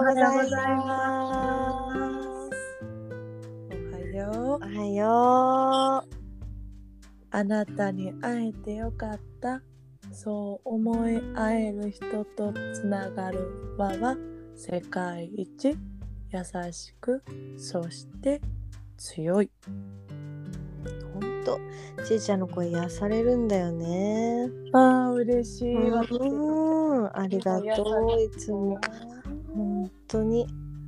うございおます。 はよう。 おはよあなたに会えてよかった。そう思い合える人とつながる輪は世界一優しく、そして強い。 う。ほんとちいちゃんの声癒されるんだよね。 ああ、嬉しい。 ありがとう。いつも本当に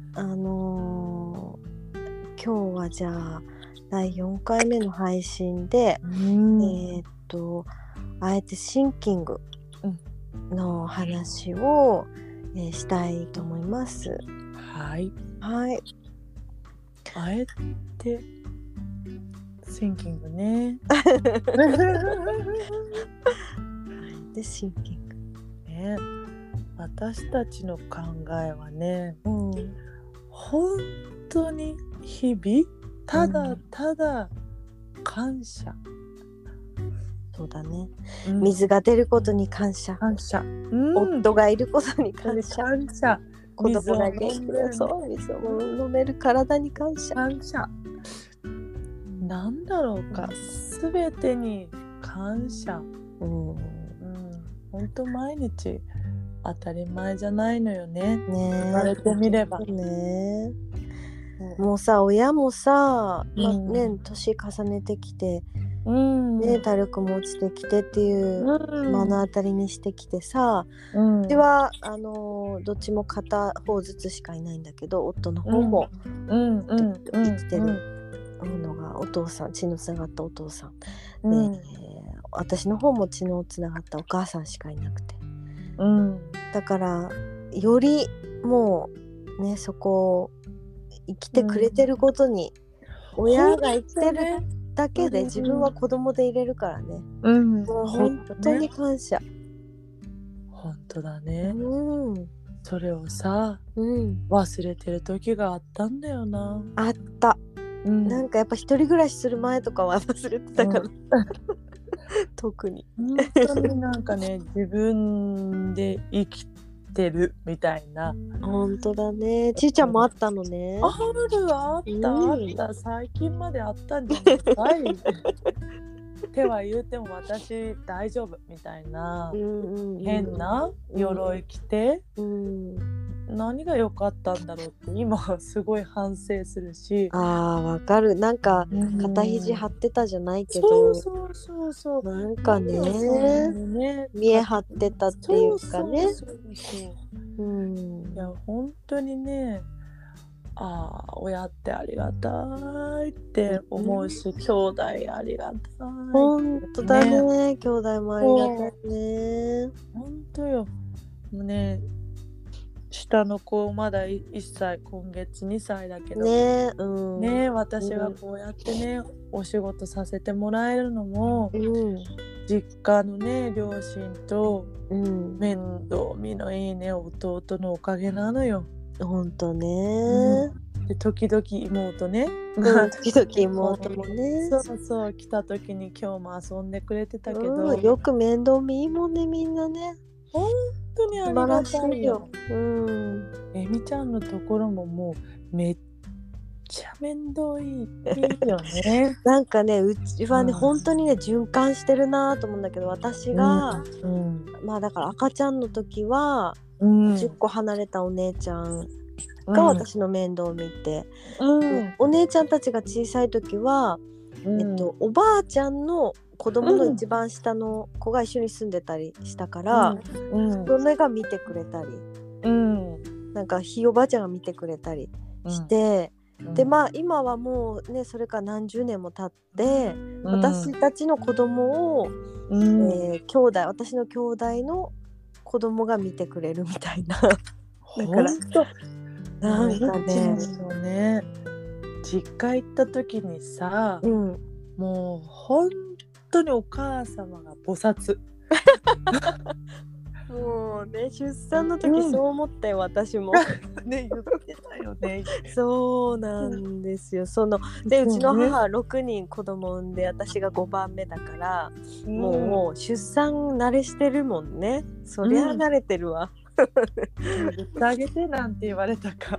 今日はじゃあ第4回目の配信で、あえてシンキングの話を、したいと思います。 はい。 はい。 あえてシンキングね。 でシンキング。 ね、私たちの考えはね、本当に日々ただただ感謝。 そうだね、水が出ることに感謝。夫がいることに感謝。子供が元気で水を飲める体に感謝。 なんだろうか、すべてに感謝。本当毎日当たり前じゃないのよね。言われてみればね。もうさ、親もさ、年重ねてきて、体力も落ちてきてっていう目の当たりにしてきてさ、うちはどっちも片方ずつしかいないんだけど、夫の方も生きてるのがお父さん、血のつながったお父さんで、私の方も血のつながったお母さんしかいなくて、だからよりもうね、そこを生きてくれてることに、親が生きてるだけで自分は子供でいれるからね、もう本当に感謝。 本当だね、それをさ、忘れてる時があったんだよな。 あった、なんかやっぱ一人暮らしする前とかは忘れてたから、特に本当になんかね、自分で生きてるみたいな。 本当だね。ちいちゃんもあったのね。 あった最近まであったんじゃないかいっては言うても私大丈夫みたいな、変な鎧着て、何が良かったんだろうって今すごい反省するし。 わかる。なんか肩肘張ってたじゃないけど、 そうなんかね、見え張ってたっていうかね。 いや本当にね、親ってありがたいって思うし、兄弟ありがたい。 本当だね、兄弟もありがたいね。 本当よ。もうね、下の子まだ1歳、今月2歳だけどね、私がこうやってね、お仕事させてもらえるのも、実家のね両親と面倒見のいいね弟のおかげなのよ。 本当ね、 で時々妹ね、 時々妹もね、 そう来た時に今日も遊んでくれてたけど、 よく面倒見いいもんね、みんなね。 本当にありがたいよ。えみちゃんのところももうめっちゃ面倒いいよね。 なんかね、うちはね、本当にね循環してるなと思うんだけど、私が、まあだから赤ちゃんの時は、10個離れたお姉ちゃんが私の面倒を見て、お姉ちゃんたちが小さい時は、おばあちゃんの子供の一番下の子が一緒に住んでたりしたから、それが見てくれたり、なんかひいおばあちゃんが見てくれたりして、でまあ今はもうね、それから何十年も経って、私たちの子供を、私の兄弟の子供が見てくれるみたいな。だからなんかね、実家行った時にさ、もう本当にお母様が菩薩もうね、出産の時そう思ったよ、私もね、言ってたよね。 そうなんですよ。でうちの母6人子供産んで、私が5番目だから、もう出産慣れしてるもんね。そりゃ慣れてるわ。 言ってあげてなんて言われたか。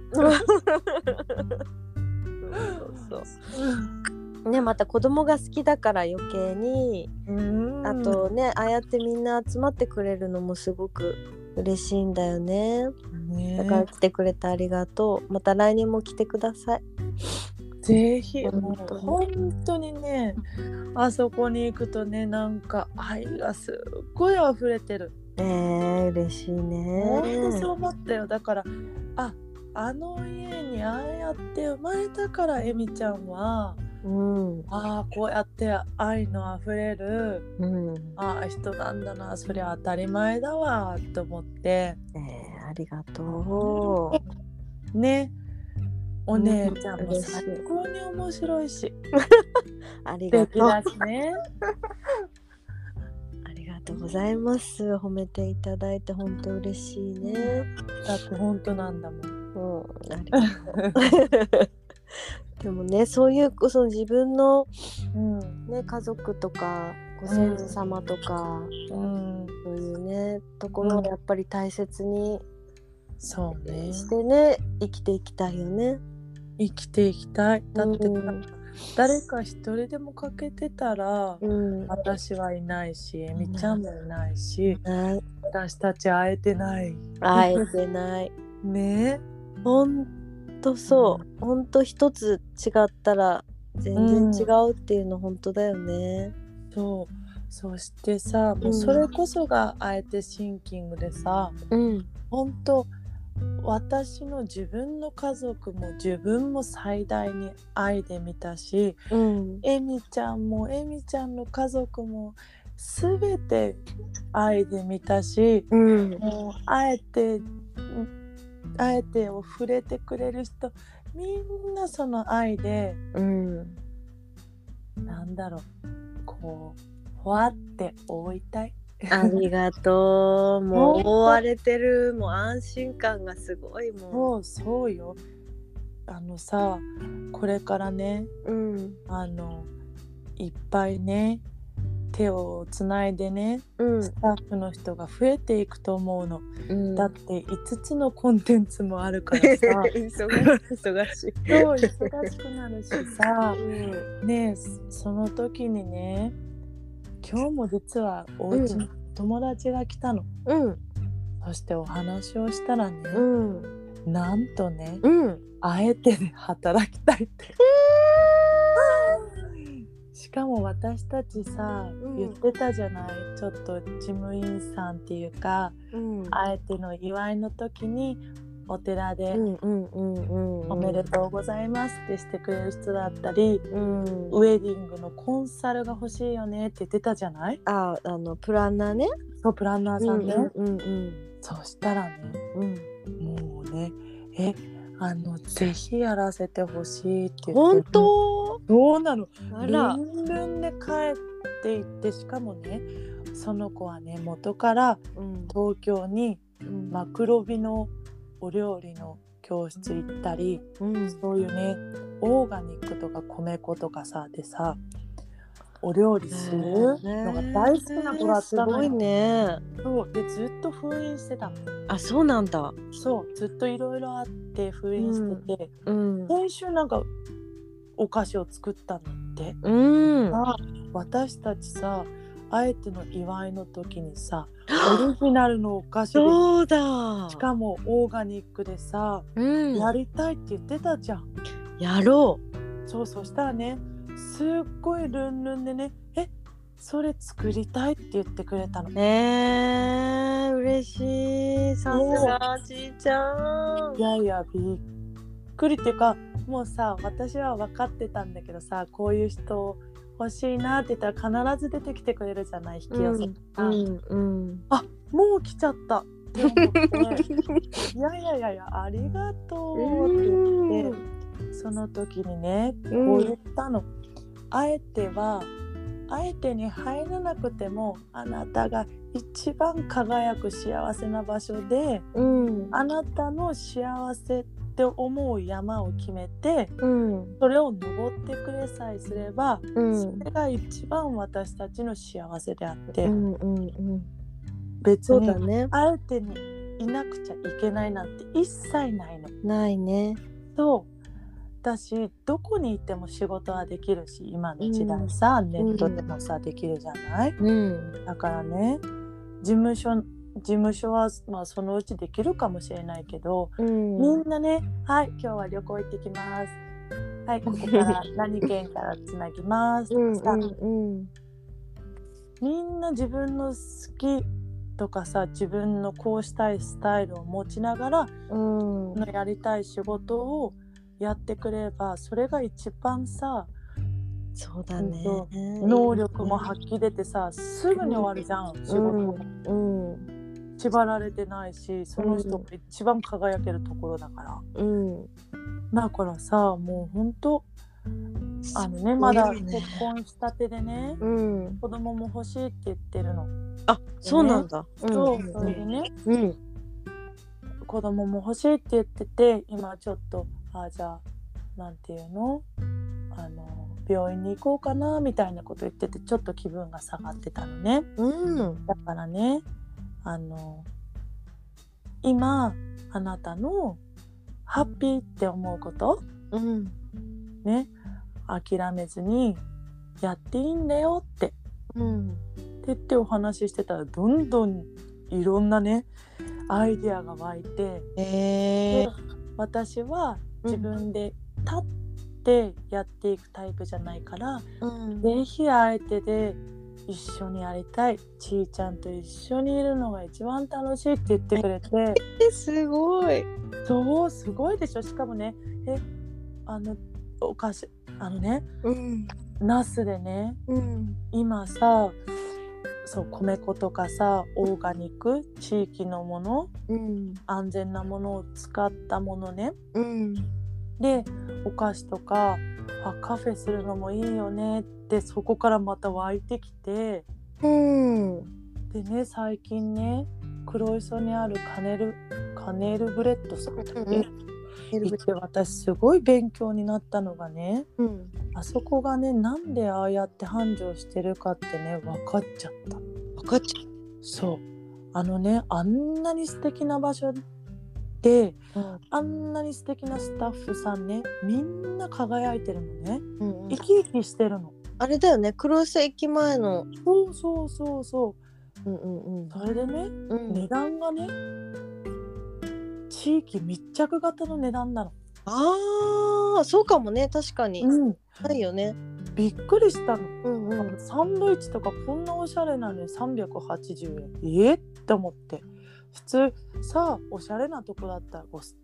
そうね、また子供が好きだから余計に、あとね、ああやってみんな集まってくれるのもすごく嬉しいんだよね。だから来てくれてありがとう。また来年も来てください。 ぜひ。もう本当にね、あそこに行くとね、なんか愛がすっごい溢れてる。 嬉しいね。 本当そう思ったよ。だからあの家にああやって生まれたからエミちゃんは、こうやって愛のあふれる、人なんだな、そりゃ当たり前だわと思って、 ありがとうね。お姉ちゃんも最高に面白いしありがとう。 だしね。 ありがとうございます。褒めていただいて本当嬉しいね。 だって本当なんだもん。 ありがとう。でもね、そういうその自分の、ね、家族とかご先祖様とか、そういうねところをやっぱり大切にしてね、生きていきたいよね。 生きていきたい。だって誰か一人でも欠けてたら、私はいないし、エミちゃんもいないし、私たち会えてない。 会えてないね。 ほんとそう。ほんと一つ違ったら全然違うっていうの本当だよね。 そう。そしてさ、もうそれこそがあえてシンキングでさ、ほんと私の自分の家族も自分も最大に愛で見たし、エミちゃんもエミちゃんの家族も全て愛で見たし、もうあえてを触れてくれる人みんなその愛で、なんだろう、こうふわって覆いたい。 ありがとう。もう覆われてる、もう安心感がすごいもん。そうよ。さ、これからね、いっぱいね手をつないでね、スタッフの人が増えていくと思うの。だって5つのコンテンツもあるからさ忙しい。そう忙しくなるしさ、ね、その時にね、今日も実はお家に友達が来たの。そしてお話をしたらね、なんとね、あえてで働きたいって。しかも私たちさ、言ってたじゃない、ちょっと事務員さんっていうか、あえての祝いの時にお寺でおめでとうございますってしてくれる人だったり、ウェディングのコンサルが欲しいよねって言ってたじゃない。 プランナーね。 そう、プランナーさんね。そしたらね、もうね、ぜひやらせてほしいって言って。 本当？ そうなの。ルンルンで帰っていって、しかもね、その子はね、元から東京にマクロビのお料理の教室行ったり、そういうね、オーガニックとか米粉とかさでさ、お料理するのが大好きな子だったのよ。すごいね。そうで、ずっと封印してたの。 あ、そうなんだ。 そう、ずっといろいろあって封印してて、先週なんかお菓子を作ったんだって。私たちさ、あえての祝いの時にさ、オリジナルのお菓子で、 そうだ、 しかもオーガニックでさ、やりたいって言ってたじゃん。 やろう。そう、そしたらね、すっごいルンルンでね、それ作りたいって言ってくれたの。 嬉しい。さすがちーちゃん。 いやいや、びっくりっていうか、もうさ、私は分かってたんだけどさ、こういう人欲しいなって言ったら必ず出てきてくれるじゃない、引き寄せ。あ、もう来ちゃったって思っていやありがとうって言って、その時にね、こう言ったの。あえてに入らなくても、あなたが一番輝く幸せな場所で、あなたの幸せって思う山を決めて、それを登ってくれさえすれば、それが一番私たちの幸せであって、別にあえてにいなくちゃいけないなんて一切ないの。 ないね。 そうだし、どこにいても仕事はできるし、今の時代さ、ネットでもさ、できるじゃない、だからね、事務所は、まあ、そのうちできるかもしれないけど、みんなね、はい、今日は旅行行ってきます、はい、ここから何県からつなぎますとかさ、みんな自分の好きとかさ、自分のこうしたいスタイルを持ちながら、やりたい仕事をやってくれば、それが一番さ、 そうだね、 能力も発揮出てさ、すぐに終わるじゃん、仕事も、縛られてないし、その人が一番輝けるところだから、だからさ、もうほんとまだ結婚したてでね、子供も欲しいって言ってるの。 あ、そうなんだ。 そう、それでね、子供も欲しいって言ってて、今ちょっとじゃあなんていうの、病院に行こうかなみたいなこと言ってて、ちょっと気分が下がってたのね、だからね、今あなたのハッピーって思うこと、ね、諦めずにやっていいんだよって、って言ってお話ししてたら、どんどんいろんなねアイデアが湧いて、で私は自分で立ってやっていくタイプじゃないから、ぜひ相手で一緒にやりたい、ちーちゃんと一緒にいるのが一番楽しいって言ってくれて、 すごい。 そう、すごいでしょ。しかもね、お菓子ナスでね、今さ、そう米粉とかさ、オーガニック、地域のもの、安全なものを使ったものね、でお菓子とかカフェするのもいいよねって、そこからまた湧いてきて、でね、最近ね、黒磯にあるカネルブレッドさんだっけ、行って私すごい勉強になったのがね、あそこがね、なんでああやって繁盛してるかってね、分かっちゃった。そう、あんなに素敵な場所で、あんなに素敵なスタッフさんね、みんな輝いてるのね、生き生きしてるの。 あれだよね、黒磯駅前の。 そうそれでね、値段がね、地域密着型の値段なの。 そうかもね、確かに、ないよね。 びっくりしたの、サンドイッチとかこんなおしゃれなのに380円、って思って、普通さ、おしゃれなとこだったら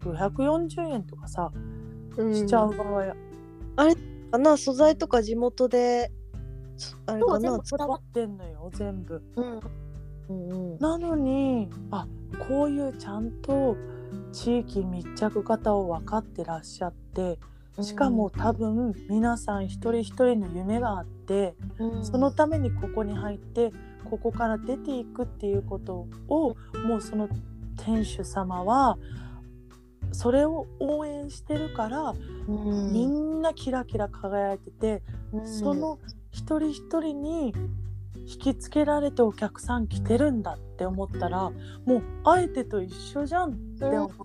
540円とかさ、しちゃう場合、 あれかな、素材とか地元であれかな、 全部こだわってんのよ、全部、なのにこういうちゃんと地域密着型を分かってらっしゃって、しかも多分皆さん一人一人の夢があって、そのためにここに入ってここから出ていくっていうことを、もうその店主様はそれを応援してるから、みんなキラキラ輝いてて、その一人一人に引きつけられてお客さん来てるんだって思ったら、もうあえてと一緒じゃんって思って、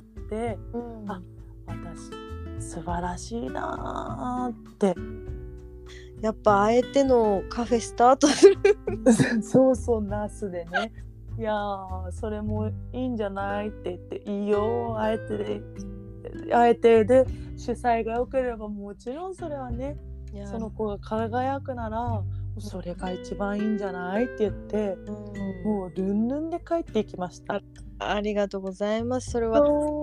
私素晴らしいなって。 やっぱあえてのカフェスタートするそうナスでね、いやそれもいいんじゃないって言って、いいよ、あえてで主催が良ければもちろんそれはね、その子が輝くならそれが一番いいんじゃないって言って、もうルンルンで帰っていきました。 ありがとうございます。それは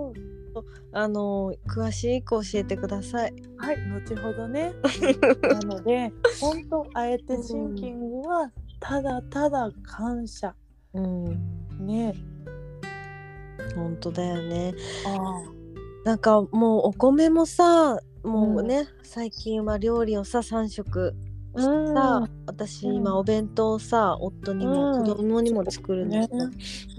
詳しく教えてください。 はい、後ほどねなので本当あえてシンキングはただただ感謝、ね、 本当だよね。なんかもうお米もさ、もうね、最近は料理をさ3食さ、私今お弁当をさ、夫にも子供にも作るんだけど、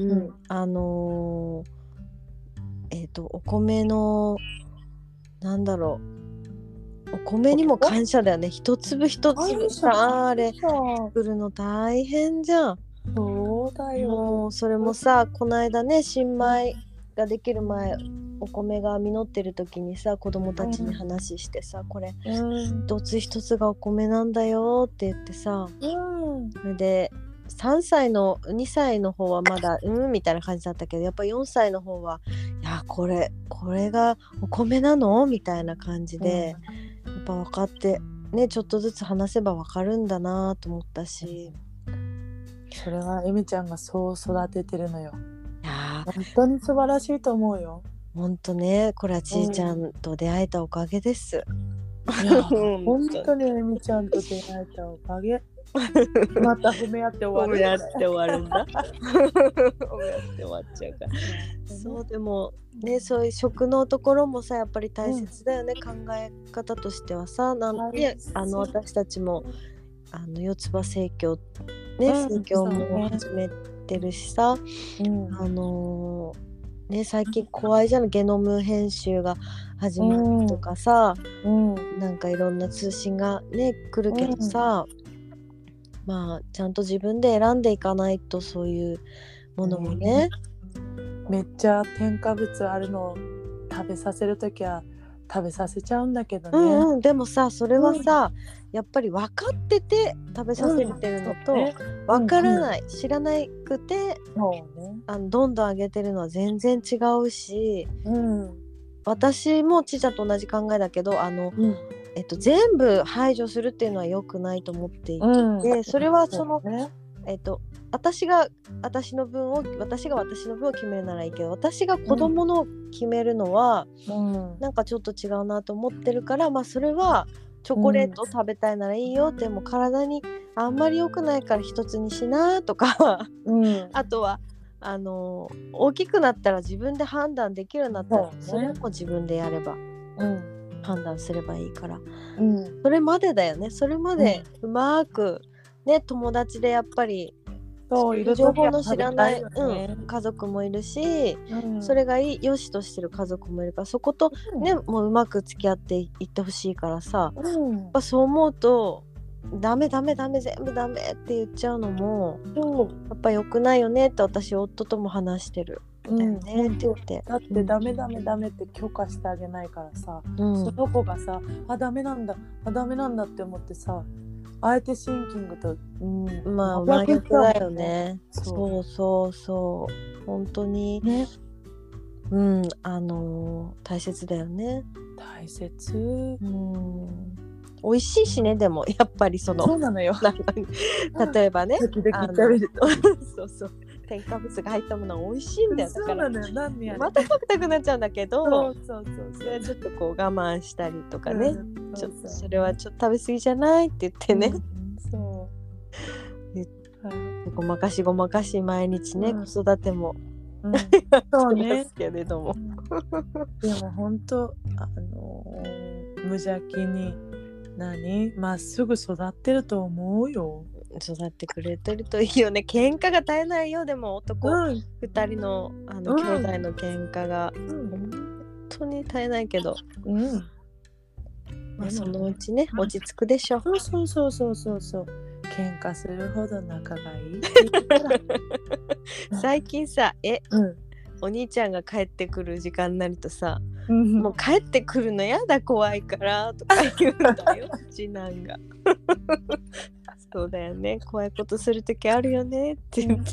お米のなんだろう、お米にも感謝だよね。一粒一粒さ、あれ作るの大変じゃん。 そそうだよ。 もうそれもさ、この間ね、新米ができる前、お米が実ってる時にさ、子供たちに話してさ、これ一つ一つがお米なんだよって言ってさ、それで3歳の2歳の方はまだみたいな感じだったけど、やっぱ4歳の方はいや、これがお米なのみたいな感じで、やっぱ分かってね、ちょっとずつ話せば分かるんだなと思ったし、 それはエミちゃんがそう育ててるのよ。 いや本当に素晴らしいと思うよ。 本当ね、これはちいちゃんと出会えたおかげです。 いや本当にエミちゃんと出会えたおかげ。また褒め合って終わる。 褒め合って終わるんだ。褒め合って終わっちゃうから。そうでもね、そういう食のところもさ、やっぱり大切だよね、考え方としてはさ。私たちも四つ葉生協ね、生協も始めてるしさ、ね、最近怖いじゃん、ゲノム編集が始まるとかさ、なんかいろんな通信がね来るけどさ、まあちゃんと自分で選んでいかないと、そういうものもね、 めっちゃ添加物あるのを食べさせるときは食べさせちゃうんだけどね、 でもさ、それはさ、やっぱり分かってて食べさせてるのと、分からない、知らなくて、どんどん上げてるのは全然違うし、私もちーちゃんと同じ考えだけど、全部排除するっていうのは良くないと思っていて、それはその、私が私の分を決めるならいいけど、私が子供の決めるのは、なんかちょっと違うなと思ってるから、まあそれはチョコレート食べたいならいいよ、でも体にあんまり良くないから一つにしなとか、あとは大きくなったら自分で判断できるようになったら、それも自分でやれば、判断すればいいから、それまでだよね。それまでうまくね、友達でやっぱり情報の知らない、家族もいるし、それが良しとしてる家族もいるから、そことね、もううまく付き合っていってほしいからさ、やっぱそう思うとダメ全部ダメって言っちゃうのもやっぱ良くないよねって私夫とも話してる。だよねって言って、 だってダメって許可してあげないからさ、その子がさダメなんだって思ってさ、あえてシンキングと、 まあ真逆だよね。そう本当にね、大切だよね。 大切。 美味しいしね、でもやっぱりそうなのよ。例えばね、そう添加物が入ったものは美味しいんだよ。だからまた食べたくなっちゃうんだけど、ちょっとこう我慢したりとかね、ちょっとそれはちょっと食べ過ぎじゃないって言ってね、ごまかし毎日ね、子育てもそうですけれども、 でも本当無邪気にまっすぐ育ってると思うよ。 育ってくれてるといいよね。喧嘩が絶えないよ。でも男2人の兄弟の喧嘩が本当に絶えないけど、まあそのうちね落ち着くでしょ。 そう喧嘩するほど仲がいい最近さお兄ちゃんが帰ってくる時間になるとさ、もう帰ってくるのやだ怖いからとか言うんだよ次男がそうだよね、怖いことするときあるよねって言って、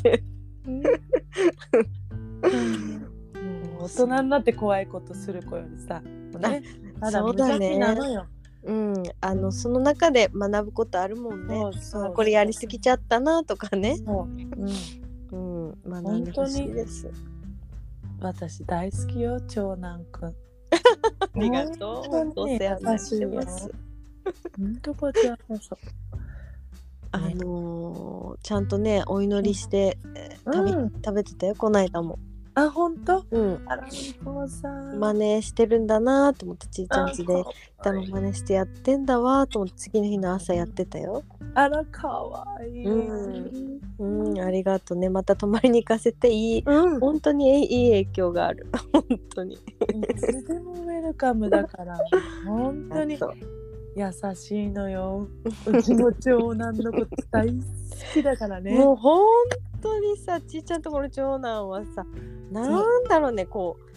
大人になって怖いことする子よりさ、 そうだね、その中で学ぶことあるもんね。これやりすぎちゃったなとかね、学んでほしいです。 私大好きよ長男くん。ありがとう。お世話になってます。 本当こちらこそ。 ちゃんとねお祈りして、食べてたよこないだも。 本当？ 真似してるんだなと思って、ちいちゃんちで歌の真似してやってんだわと思って、次の日の朝やってたよ。 あらかわいい。 ありがとうね。また泊まりに行かせて本当にいい影響がある。本当に。いつでもウェルカムだから本当に優しいのよ。うちの長男のこと大好きだからね。 もう本当にさ、ちいちゃんところ長男はさ、なんだろうね、こう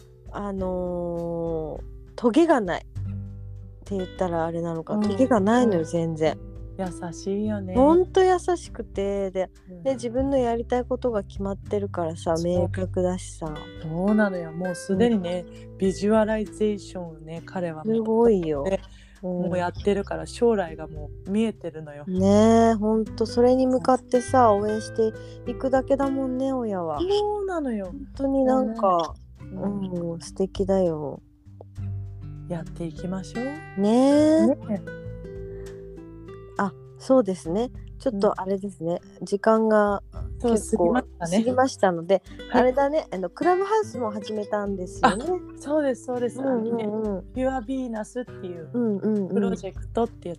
トゲがないって言ったらあれなのか、トゲがないのよ、全然。 優しいよね。 ほんと優しくて、で自分のやりたいことが決まってるからさ、明確だしさ。 そうなのよ。もうすでにね、ビジュアライゼーションをね、彼はすごいよ。 もうやってるから将来がもう見えてるのよ。 ねえ、ほんとそれに向かってさ、応援していくだけだもんね、親は。 そうなのよ。 本当になんか、素敵だよ。 やっていきましょう。 ねえ。あ、そうですね。ちょっとあれですね。時間が結構過ぎましたので、あれだね。クラブハウスも始めたんですよね。 そうですそうです。ピュアビーナスっていうプロジェクトって言って、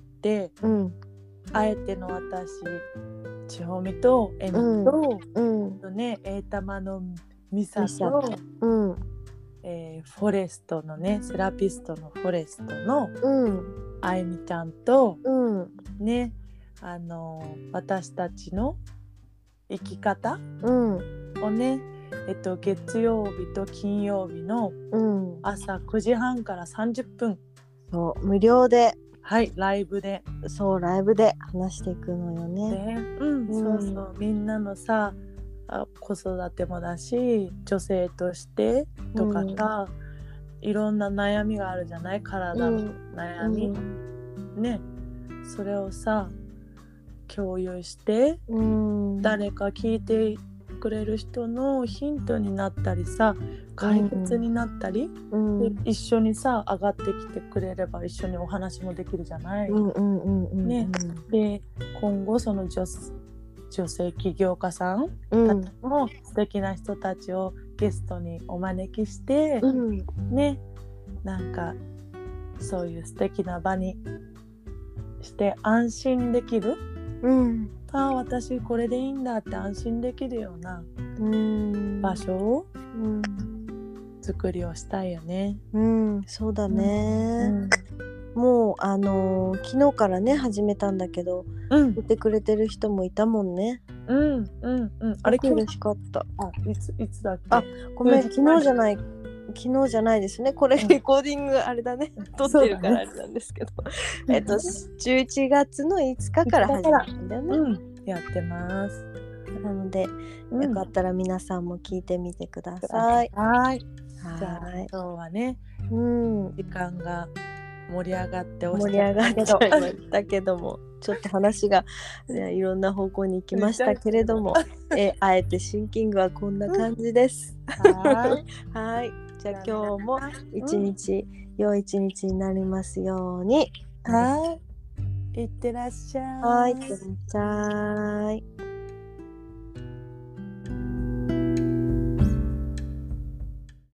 あえての私、ちほみとえみとね、えいたまのみさと、フォレストのね、セラピストのフォレストのあいみちゃんと、ね、私たちの生き方をね、月曜日と金曜日の朝9時半から30分、 そう無料で、 ライブで話していくのよね。 そうそう、みんなのさ、子育てもだし、女性としてとかさ、いろんな悩みがあるじゃない、体の悩み、ね、それをさ共有して、誰か聞いてくれる人のヒントになったりさ、解決になったり、で一緒にさ上がってきてくれれば一緒にお話もできるじゃない。ね、で今後その女性起業家さんたちも素敵な人たちをゲストにお招きして、ね、なんかそういう素敵な場にして安心できる、私これでいいんだって安心できるような場所を作りをしたいよね。 そうだね。もう昨日からね始めたんだけど、見てくれてる人もいたもんね。あれ嬉しかった。 いつだっけ？ ごめん、昨日じゃないですね。これレコーディングあれだね。撮ってるからあれなんですけど、11月の5日から始まるんだよね。 やってます。 なので、よかったら皆さんも聞いてみてください。 じゃあ今日はね、時間が盛り上がっちゃいましたけども、ちょっと話がいろんな方向に行きましたけれども、あえてシンキングはこんな感じです。はい。じゃあ今日も良い一日になりますように。 いってらっしゃい。 いってらっしゃい。